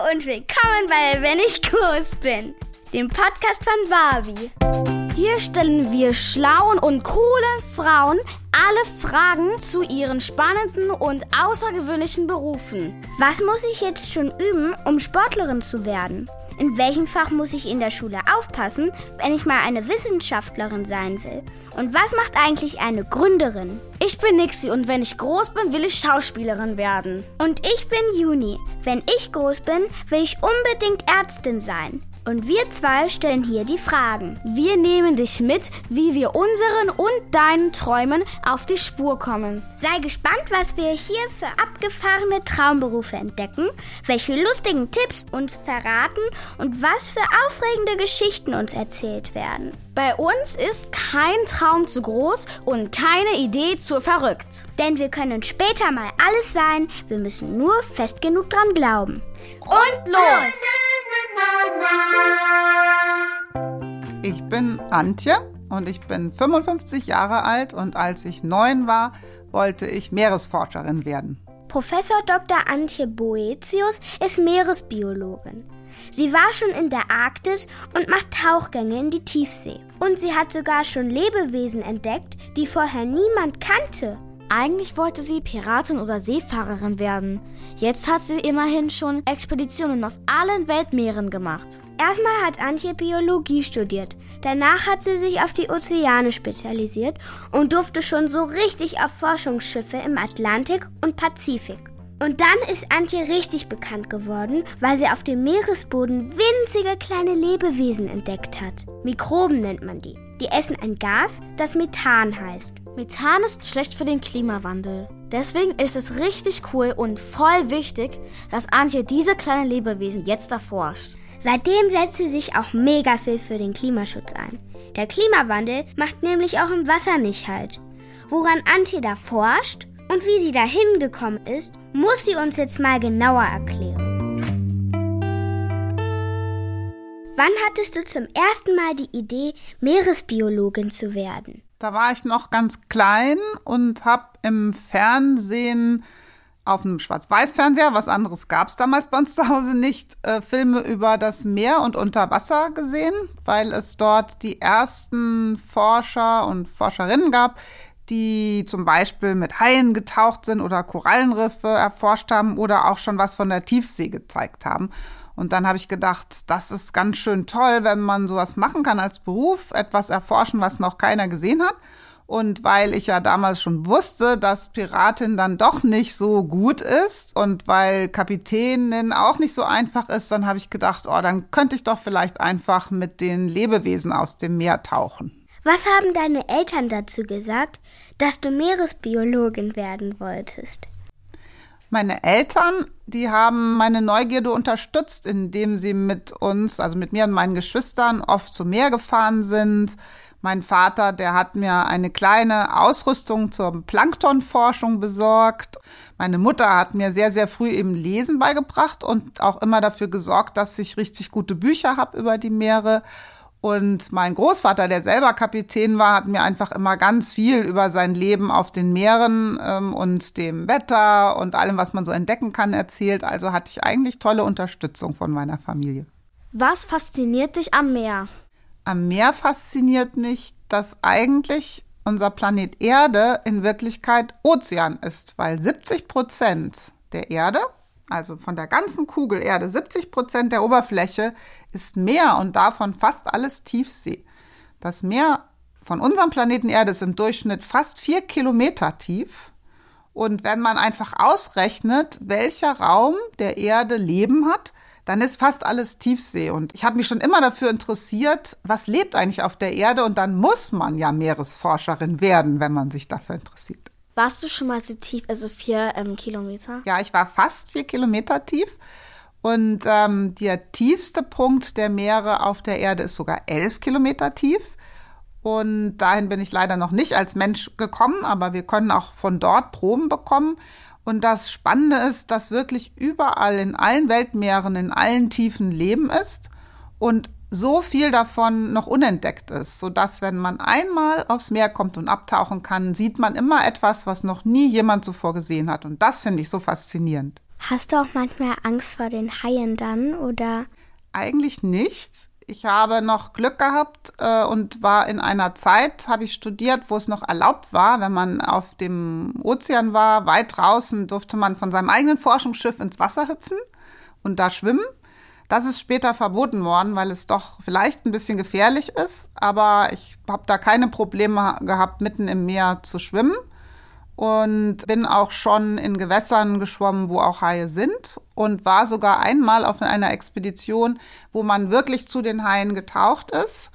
und willkommen bei Wenn ich groß bin, dem Podcast von Barbie. Hier stellen wir schlauen und coolen Frauen alle Fragen zu ihren spannenden und außergewöhnlichen Berufen. Was muss ich jetzt schon üben, um Sportlerin zu werden? In welchem Fach muss ich in der Schule aufpassen, wenn ich mal eine Wissenschaftlerin sein will? Und was macht eigentlich eine Gründerin? Ich bin Nixie und wenn ich groß bin, will ich Schauspielerin werden. Und ich bin Juni. Wenn ich groß bin, will ich unbedingt Ärztin sein. Und wir zwei stellen hier die Fragen. Wir nehmen dich mit, wie wir unseren und deinen Träumen auf die Spur kommen. Sei gespannt, was wir hier für abgefahrene Traumberufe entdecken, welche lustigen Tipps uns verraten und was für aufregende Geschichten uns erzählt werden. Bei uns ist kein Traum zu groß und keine Idee zu verrückt. Denn wir können später mal alles sein, wir müssen nur fest genug dran glauben. Und los! Ich bin Antje und ich bin 55 Jahre alt und als ich 9 war, wollte ich Meeresforscherin werden. Professor Dr. Antje Boetius ist Meeresbiologin. Sie war schon in der Arktis und macht Tauchgänge in die Tiefsee. Und sie hat sogar schon Lebewesen entdeckt, die vorher niemand kannte. Eigentlich wollte sie Piratin oder Seefahrerin werden. Jetzt hat sie immerhin schon Expeditionen auf allen Weltmeeren gemacht. Erstmal hat Antje Biologie studiert. Danach hat sie sich auf die Ozeane spezialisiert und durfte schon so richtig auf Forschungsschiffe im Atlantik und Pazifik. Und dann ist Antje richtig bekannt geworden, weil sie auf dem Meeresboden winzige kleine Lebewesen entdeckt hat. Mikroben nennt man die. Die essen ein Gas, das Methan heißt. Methan ist schlecht für den Klimawandel. Deswegen ist es richtig cool und voll wichtig, dass Antje diese kleinen Lebewesen jetzt erforscht. Seitdem setzt sie sich auch mega viel für den Klimaschutz ein. Der Klimawandel macht nämlich auch im Wasser nicht halt. Woran Antje da forscht und wie sie dahin gekommen ist, muss sie uns jetzt mal genauer erklären. Wann hattest du zum ersten Mal die Idee, Meeresbiologin zu werden? Da war ich noch ganz klein und habe im Fernsehen, auf einem Schwarz-Weiß-Fernseher, was anderes gab es damals bei uns zu Hause nicht, Filme über das Meer und unter Wasser gesehen, weil es dort die ersten Forscher und Forscherinnen gab, die zum Beispiel mit Haien getaucht sind oder Korallenriffe erforscht haben oder auch schon was von der Tiefsee gezeigt haben. Und dann habe ich gedacht, das ist ganz schön toll, wenn man sowas machen kann als Beruf, etwas erforschen, was noch keiner gesehen hat. Und weil ich ja damals schon wusste, dass Piratin dann doch nicht so gut ist und weil Kapitänin auch nicht so einfach ist, dann habe ich gedacht, dann könnte ich doch vielleicht einfach mit den Lebewesen aus dem Meer tauchen. Was haben deine Eltern dazu gesagt, dass du Meeresbiologin werden wolltest? Meine Eltern, die haben meine Neugierde unterstützt, indem sie mit uns, also mit mir und meinen Geschwistern, oft zum Meer gefahren sind. Mein Vater, der hat mir eine kleine Ausrüstung zur Planktonforschung besorgt. Meine Mutter hat mir sehr, sehr früh eben Lesen beigebracht und auch immer dafür gesorgt, dass ich richtig gute Bücher habe über die Meere. Und mein Großvater, der selber Kapitän war, hat mir einfach immer ganz viel über sein Leben auf den Meeren und dem Wetter und allem, was man so entdecken kann, erzählt. Also hatte ich eigentlich tolle Unterstützung von meiner Familie. Was fasziniert dich am Meer? Am Meer fasziniert mich, dass eigentlich unser Planet Erde in Wirklichkeit Ozean ist, weil 70% der Erde, also von der ganzen Kugel Erde, 70% der Oberfläche ist Meer und davon fast alles Tiefsee. Das Meer von unserem Planeten Erde ist im Durchschnitt fast 4 Kilometer tief. Und wenn man einfach ausrechnet, welcher Raum der Erde Leben hat, dann ist fast alles Tiefsee. Und ich habe mich schon immer dafür interessiert, was lebt eigentlich auf der Erde? Und dann muss man ja Meeresforscherin werden, wenn man sich dafür interessiert. Warst du schon mal so tief, also 4 Kilometer? Ja, ich war fast 4 Kilometer tief. Und der tiefste Punkt der Meere auf der Erde ist sogar 11 Kilometer tief. Und dahin bin ich leider noch nicht als Mensch gekommen, aber wir können auch von dort Proben bekommen. Und das Spannende ist, dass wirklich überall in allen Weltmeeren, in allen Tiefen Leben ist und so viel davon noch unentdeckt ist, sodass, wenn man einmal aufs Meer kommt und abtauchen kann, sieht man immer etwas, was noch nie jemand zuvor gesehen hat. Und das finde ich so faszinierend. Hast du auch manchmal Angst vor den Haien dann, oder? Eigentlich nichts. Ich habe noch Glück gehabt und war in einer Zeit, habe ich studiert, wo es noch erlaubt war, wenn man auf dem Ozean war, weit draußen, durfte man von seinem eigenen Forschungsschiff ins Wasser hüpfen und da schwimmen. Das ist später verboten worden, weil es doch vielleicht ein bisschen gefährlich ist, aber ich habe da keine Probleme gehabt, mitten im Meer zu schwimmen. Und bin auch schon in Gewässern geschwommen, wo auch Haie sind und war sogar einmal auf einer Expedition, wo man wirklich zu den Haien getaucht ist.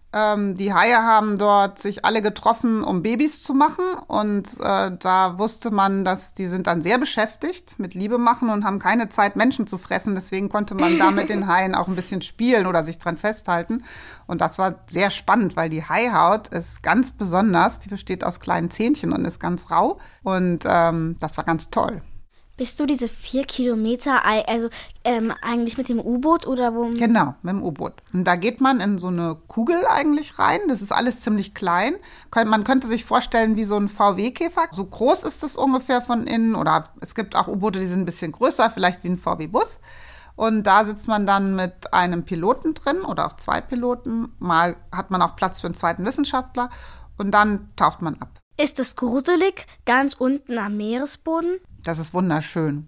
Die Haie haben dort sich alle getroffen, um Babys zu machen und da wusste man, dass die sind dann sehr beschäftigt mit Liebe machen und haben keine Zeit, Menschen zu fressen. Deswegen konnte man da mit den Haien auch ein bisschen spielen oder sich dran festhalten. Und das war sehr spannend, weil die Haihaut ist ganz besonders. Die besteht aus kleinen Zähnchen und ist ganz rau. Und das war ganz toll. Bist du diese 4 Kilometer, eigentlich mit dem U-Boot oder wo? Genau, mit dem U-Boot. Und da geht man in so eine Kugel eigentlich rein. Das ist alles ziemlich klein. Man könnte sich vorstellen wie so ein VW-Käfer. So groß ist es ungefähr von innen. Oder es gibt auch U-Boote, die sind ein bisschen größer, vielleicht wie ein VW-Bus. Und da sitzt man dann mit einem Piloten drin oder auch 2 Piloten. Mal hat man auch Platz für einen zweiten Wissenschaftler. Und dann taucht man ab. Ist es gruselig, ganz unten am Meeresboden? Das ist wunderschön,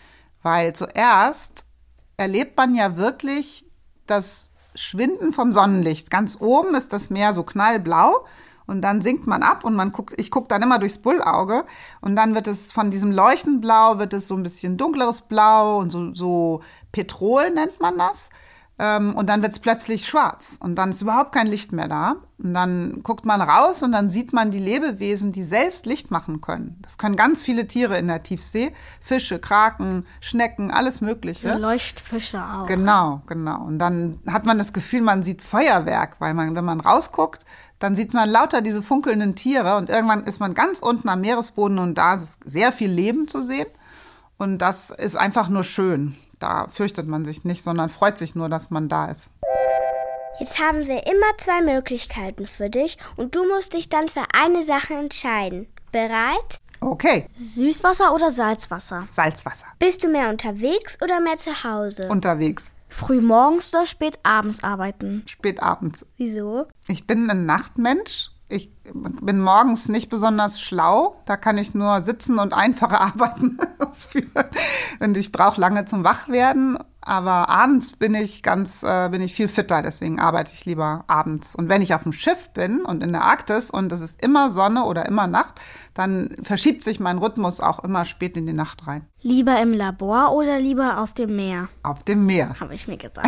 weil zuerst erlebt man ja wirklich das Schwinden vom Sonnenlicht. Ganz oben ist das Meer so knallblau und dann sinkt man ab und ich gucke dann immer durchs Bullauge und dann wird es von diesem leuchtenden Blau, wird es so ein bisschen dunkleres Blau und so Petrol nennt man das. Und dann wird es plötzlich schwarz und dann ist überhaupt kein Licht mehr da. Und dann guckt man raus und dann sieht man die Lebewesen, die selbst Licht machen können. Das können ganz viele Tiere in der Tiefsee. Fische, Kraken, Schnecken, alles Mögliche. So Leuchtfische auch. Genau. Und dann hat man das Gefühl, man sieht Feuerwerk, weil wenn man rausguckt, dann sieht man lauter diese funkelnden Tiere und irgendwann ist man ganz unten am Meeresboden und da ist sehr viel Leben zu sehen. Und das ist einfach nur schön. Da fürchtet man sich nicht, sondern freut sich nur, dass man da ist. Jetzt haben wir immer 2 Möglichkeiten für dich und du musst dich dann für eine Sache entscheiden. Bereit? Okay. Süßwasser oder Salzwasser? Salzwasser. Bist du mehr unterwegs oder mehr zu Hause? Unterwegs. Früh morgens oder spät abends arbeiten? Spät abends. Wieso? Ich bin ein Nachtmensch. Ich bin morgens nicht besonders schlau. Da kann ich nur sitzen und einfache Arbeiten ausführen. Und ich brauche lange zum Wachwerden. Aber abends bin ich viel fitter. Deswegen arbeite ich lieber abends. Und wenn ich auf dem Schiff bin und in der Arktis und es ist immer Sonne oder immer Nacht, dann verschiebt sich mein Rhythmus auch immer spät in die Nacht rein. Lieber im Labor oder lieber auf dem Meer? Auf dem Meer. Habe ich mir gedacht.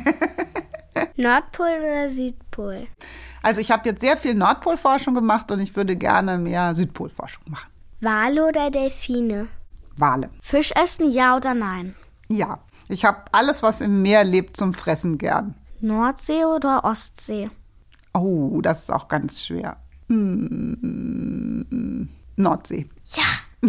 Nordpol oder Südpol? Also ich habe jetzt sehr viel Nordpolforschung gemacht und ich würde gerne mehr Südpolforschung machen. Wale oder Delfine? Wale. Fisch essen, ja oder nein? Ja, ich habe alles, was im Meer lebt, zum Fressen gern. Nordsee oder Ostsee? Oh, das ist auch ganz schwer. Nordsee. Ja!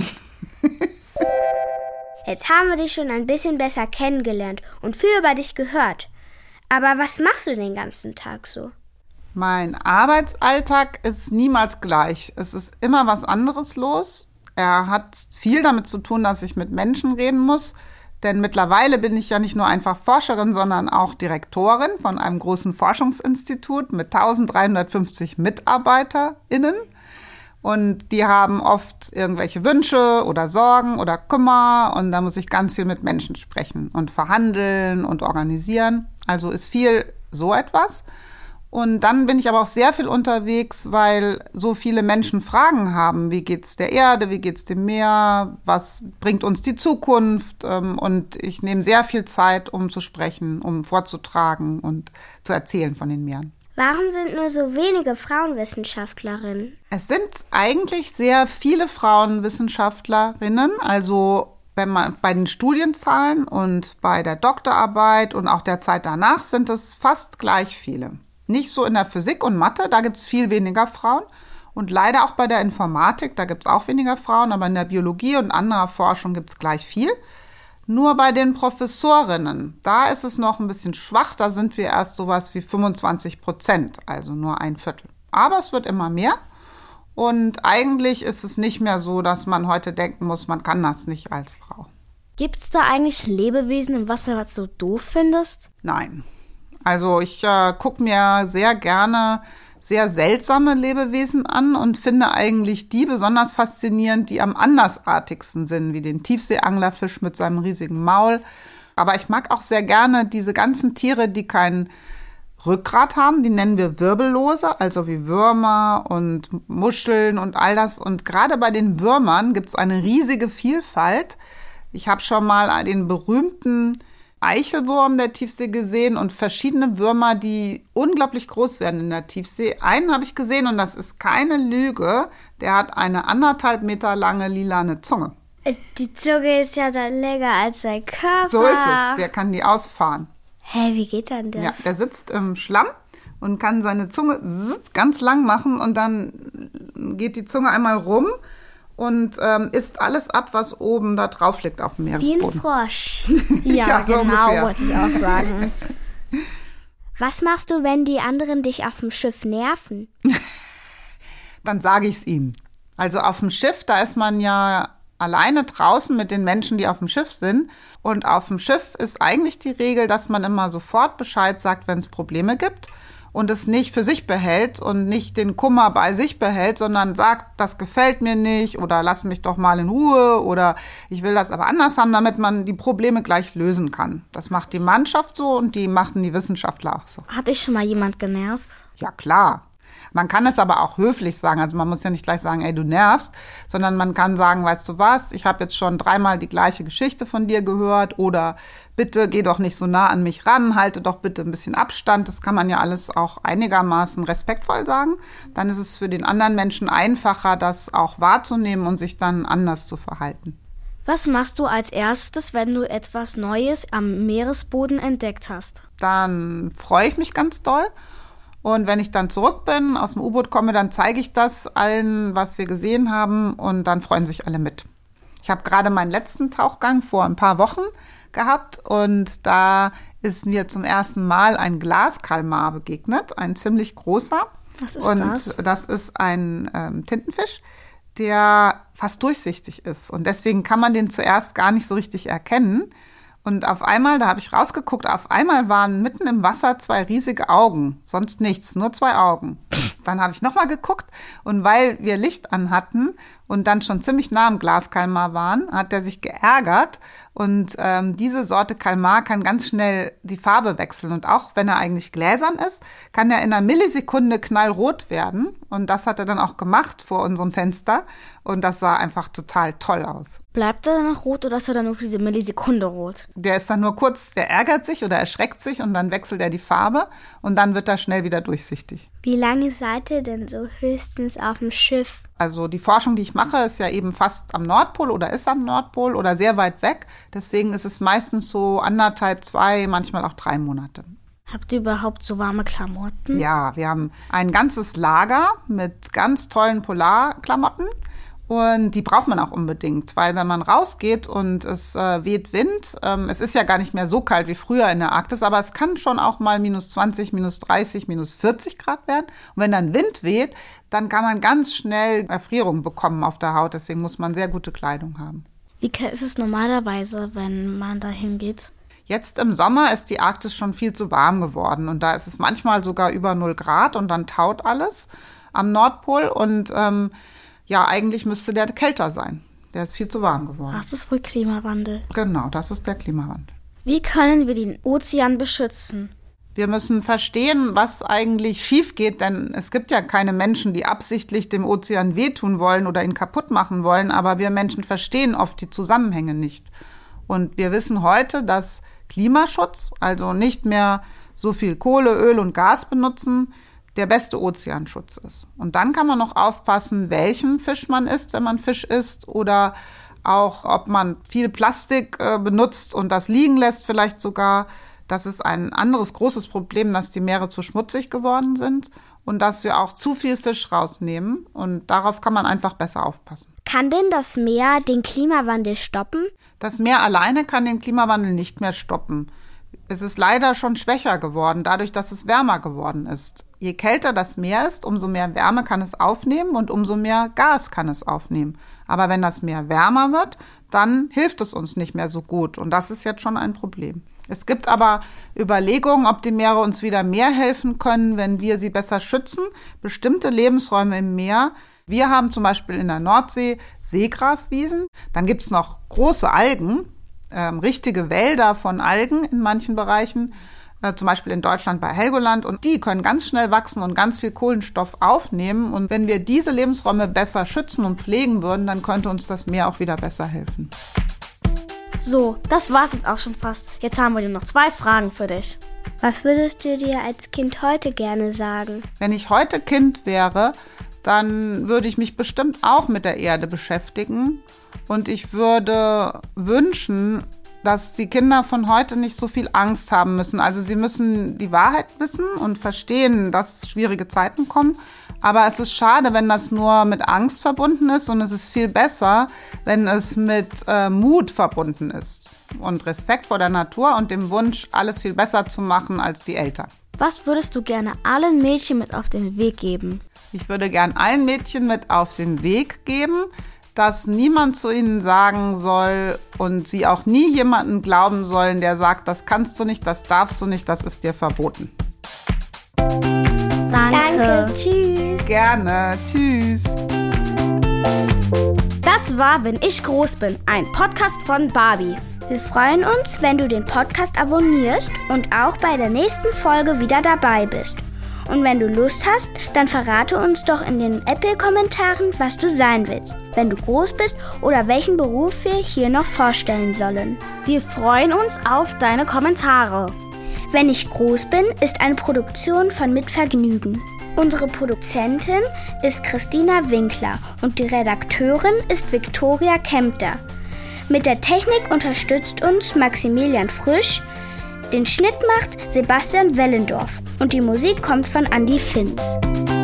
Jetzt haben wir dich schon ein bisschen besser kennengelernt und viel über dich gehört. Aber was machst du den ganzen Tag so? Mein Arbeitsalltag ist niemals gleich. Es ist immer was anderes los. Er hat viel damit zu tun, dass ich mit Menschen reden muss. Denn mittlerweile bin ich ja nicht nur einfach Forscherin, sondern auch Direktorin von einem großen Forschungsinstitut mit 1350 MitarbeiterInnen. Und die haben oft irgendwelche Wünsche oder Sorgen oder Kummer. Und da muss ich ganz viel mit Menschen sprechen und verhandeln und organisieren. Also ist viel so etwas. Und dann bin ich aber auch sehr viel unterwegs, weil so viele Menschen Fragen haben. Wie geht's der Erde? Wie geht's dem Meer? Was bringt uns die Zukunft? Und ich nehme sehr viel Zeit, um zu sprechen, um vorzutragen und zu erzählen von den Meeren. Warum sind nur so wenige Frauenwissenschaftlerinnen? Es sind eigentlich sehr viele Frauenwissenschaftlerinnen. Also wenn man bei den Studienzahlen und bei der Doktorarbeit und auch der Zeit danach sind es fast gleich viele. Nicht so in der Physik und Mathe, da gibt es viel weniger Frauen. Und leider auch bei der Informatik, da gibt es auch weniger Frauen, aber in der Biologie und anderer Forschung gibt es gleich viel. Nur bei den Professorinnen, da ist es noch ein bisschen schwach, da sind wir erst sowas wie 25%, also nur 1/4. Aber es wird immer mehr. Und eigentlich ist es nicht mehr so, dass man heute denken muss, man kann das nicht als Frau. Gibt es da eigentlich Lebewesen im Wasser, was du doof findest? Nein. Also ich gucke mir sehr gerne sehr seltsame Lebewesen an und finde eigentlich die besonders faszinierend, die am andersartigsten sind, wie den Tiefseeanglerfisch mit seinem riesigen Maul. Aber ich mag auch sehr gerne diese ganzen Tiere, die kein Rückgrat haben, die nennen wir Wirbellose, also wie Würmer und Muscheln und all das. Und gerade bei den Würmern gibt es eine riesige Vielfalt. Ich habe schon mal den berühmten Eichelwurm der Tiefsee gesehen und verschiedene Würmer, die unglaublich groß werden in der Tiefsee. Einen habe ich gesehen und das ist keine Lüge. Der hat eine 1,5 Meter lange lilane Zunge. Die Zunge ist ja dann länger als sein Körper. So ist es, der kann die ausfahren. Hä, wie geht denn das? Ja, der sitzt im Schlamm und kann seine Zunge ganz lang machen und dann geht die Zunge einmal rum und isst alles ab, was oben da drauf liegt auf dem Meeresboden. Wie ein Frosch. Ja, so genau, ungefähr. wollte ich auch sagen. Was machst du, wenn die anderen dich auf dem Schiff nerven? Dann sage ich es ihnen. Also auf dem Schiff, da ist man ja alleine draußen mit den Menschen, die auf dem Schiff sind. Und auf dem Schiff ist eigentlich die Regel, dass man immer sofort Bescheid sagt, wenn es Probleme gibt und es nicht für sich behält und nicht den Kummer bei sich behält, sondern sagt, das gefällt mir nicht oder lass mich doch mal in Ruhe oder ich will das aber anders haben, damit man die Probleme gleich lösen kann. Das macht die Mannschaft so und die machten die Wissenschaftler auch so. Hat dich schon mal jemand genervt? Ja, klar. Man kann es aber auch höflich sagen. Also man muss ja nicht gleich sagen, ey, du nervst, sondern man kann sagen, weißt du was, ich habe jetzt schon 3-mal die gleiche Geschichte von dir gehört oder bitte geh doch nicht so nah an mich ran, halte doch bitte ein bisschen Abstand. Das kann man ja alles auch einigermaßen respektvoll sagen. Dann ist es für den anderen Menschen einfacher, das auch wahrzunehmen und sich dann anders zu verhalten. Was machst du als erstes, wenn du etwas Neues am Meeresboden entdeckt hast? Dann freue ich mich ganz doll. Und wenn ich dann zurück bin, aus dem U-Boot komme, dann zeige ich das allen, was wir gesehen haben und dann freuen sich alle mit. Ich habe gerade meinen letzten Tauchgang vor ein paar Wochen gehabt und da ist mir zum ersten Mal ein Glaskalmar begegnet, ein ziemlich großer. Was ist und das? Das ist ein Tintenfisch, der fast durchsichtig ist und deswegen kann man den zuerst gar nicht so richtig erkennen. Und auf einmal, da habe ich rausgeguckt, auf einmal waren mitten im Wasser 2 riesige Augen, sonst nichts, nur 2 Augen. Dann habe ich nochmal geguckt und weil wir Licht an hatten und dann schon ziemlich nah am Glaskalmar waren, hat er sich geärgert und diese Sorte Kalmar kann ganz schnell die Farbe wechseln und auch wenn er eigentlich gläsern ist, kann er in einer Millisekunde knallrot werden und das hat er dann auch gemacht vor unserem Fenster und das sah einfach total toll aus. Bleibt er dann noch rot oder ist er dann nur für diese Millisekunde rot? Der ist dann nur kurz, der ärgert sich oder erschreckt sich und dann wechselt er die Farbe und dann wird er schnell wieder durchsichtig. Wie lange seid ihr denn so höchstens auf dem Schiff? Also die Forschung, die ich mache, ist ja eben fast am Nordpol oder ist am Nordpol oder sehr weit weg. Deswegen ist es meistens so 1,5, 2, manchmal auch 3 Monate. Habt ihr überhaupt so warme Klamotten? Ja, wir haben ein ganzes Lager mit ganz tollen Polarklamotten. Und die braucht man auch unbedingt, weil wenn man rausgeht und es weht Wind, es ist ja gar nicht mehr so kalt wie früher in der Arktis, aber es kann schon auch mal -20, -30, -40 Grad werden. Und wenn dann Wind weht, dann kann man ganz schnell Erfrierungen bekommen auf der Haut. Deswegen muss man sehr gute Kleidung haben. Wie ist es normalerweise, wenn man da hingeht? Jetzt im Sommer ist die Arktis schon viel zu warm geworden und da ist es manchmal sogar über 0 Grad und dann taut alles am Nordpol und ja, eigentlich müsste der kälter sein. Der ist viel zu warm geworden. Das ist wohl Klimawandel. Genau, das ist der Klimawandel. Wie können wir den Ozean beschützen? Wir müssen verstehen, was eigentlich schief geht, denn es gibt ja keine Menschen, die absichtlich dem Ozean wehtun wollen oder ihn kaputt machen wollen, aber wir Menschen verstehen oft die Zusammenhänge nicht. Und wir wissen heute, dass Klimaschutz, also nicht mehr so viel Kohle, Öl und Gas benutzen, der beste Ozeanschutz ist. Und dann kann man noch aufpassen, welchen Fisch man isst, wenn man Fisch isst oder auch, ob man viel Plastik benutzt und das liegen lässt vielleicht sogar. Das ist ein anderes großes Problem, dass die Meere zu schmutzig geworden sind und dass wir auch zu viel Fisch rausnehmen. Und darauf kann man einfach besser aufpassen. Kann denn das Meer den Klimawandel stoppen? Das Meer alleine kann den Klimawandel nicht mehr stoppen. Es ist leider schon schwächer geworden, dadurch, dass es wärmer geworden ist. Je kälter das Meer ist, umso mehr Wärme kann es aufnehmen und umso mehr Gas kann es aufnehmen. Aber wenn das Meer wärmer wird, dann hilft es uns nicht mehr so gut. Und das ist jetzt schon ein Problem. Es gibt aber Überlegungen, ob die Meere uns wieder mehr helfen können, wenn wir sie besser schützen. Bestimmte Lebensräume im Meer. Wir haben zum Beispiel in der Nordsee Seegraswiesen. Dann gibt es noch große Algen, richtige Wälder von Algen in manchen Bereichen. Zum Beispiel in Deutschland bei Helgoland. Und die können ganz schnell wachsen und ganz viel Kohlenstoff aufnehmen. Und wenn wir diese Lebensräume besser schützen und pflegen würden, dann könnte uns das Meer auch wieder besser helfen. So, das war's jetzt auch schon fast. Jetzt haben wir nur noch 2 Fragen für dich. Was würdest du dir als Kind heute gerne sagen? Wenn ich heute Kind wäre, dann würde ich mich bestimmt auch mit der Erde beschäftigen. Und ich würde wünschen, dass die Kinder von heute nicht so viel Angst haben müssen. Also sie müssen die Wahrheit wissen und verstehen, dass schwierige Zeiten kommen. Aber es ist schade, wenn das nur mit Angst verbunden ist, und es ist viel besser, wenn es mit Mut verbunden ist und Respekt vor der Natur und dem Wunsch, alles viel besser zu machen als die Eltern. Was würdest du gerne allen Mädchen mit auf den Weg geben? Ich würde gern allen Mädchen mit auf den Weg geben, dass niemand zu ihnen sagen soll und sie auch nie jemanden glauben sollen, der sagt, das kannst du nicht, das darfst du nicht, das ist dir verboten. Danke, tschüss. Gerne, tschüss. Das war Wenn ich groß bin, ein Podcast von Barbie. Wir freuen uns, wenn du den Podcast abonnierst und auch bei der nächsten Folge wieder dabei bist. Und wenn du Lust hast, dann verrate uns doch in den Apple-Kommentaren, was du sein willst, wenn du groß bist oder welchen Beruf wir hier noch vorstellen sollen. Wir freuen uns auf deine Kommentare. Wenn ich groß bin, ist eine Produktion von Mit Vergnügen. Unsere Produzentin ist Christina Winkler und die Redakteurin ist Viktoria Kempter. Mit der Technik unterstützt uns Maximilian Frisch, den Schnitt macht Sebastian Wellendorf und die Musik kommt von Andi Finz.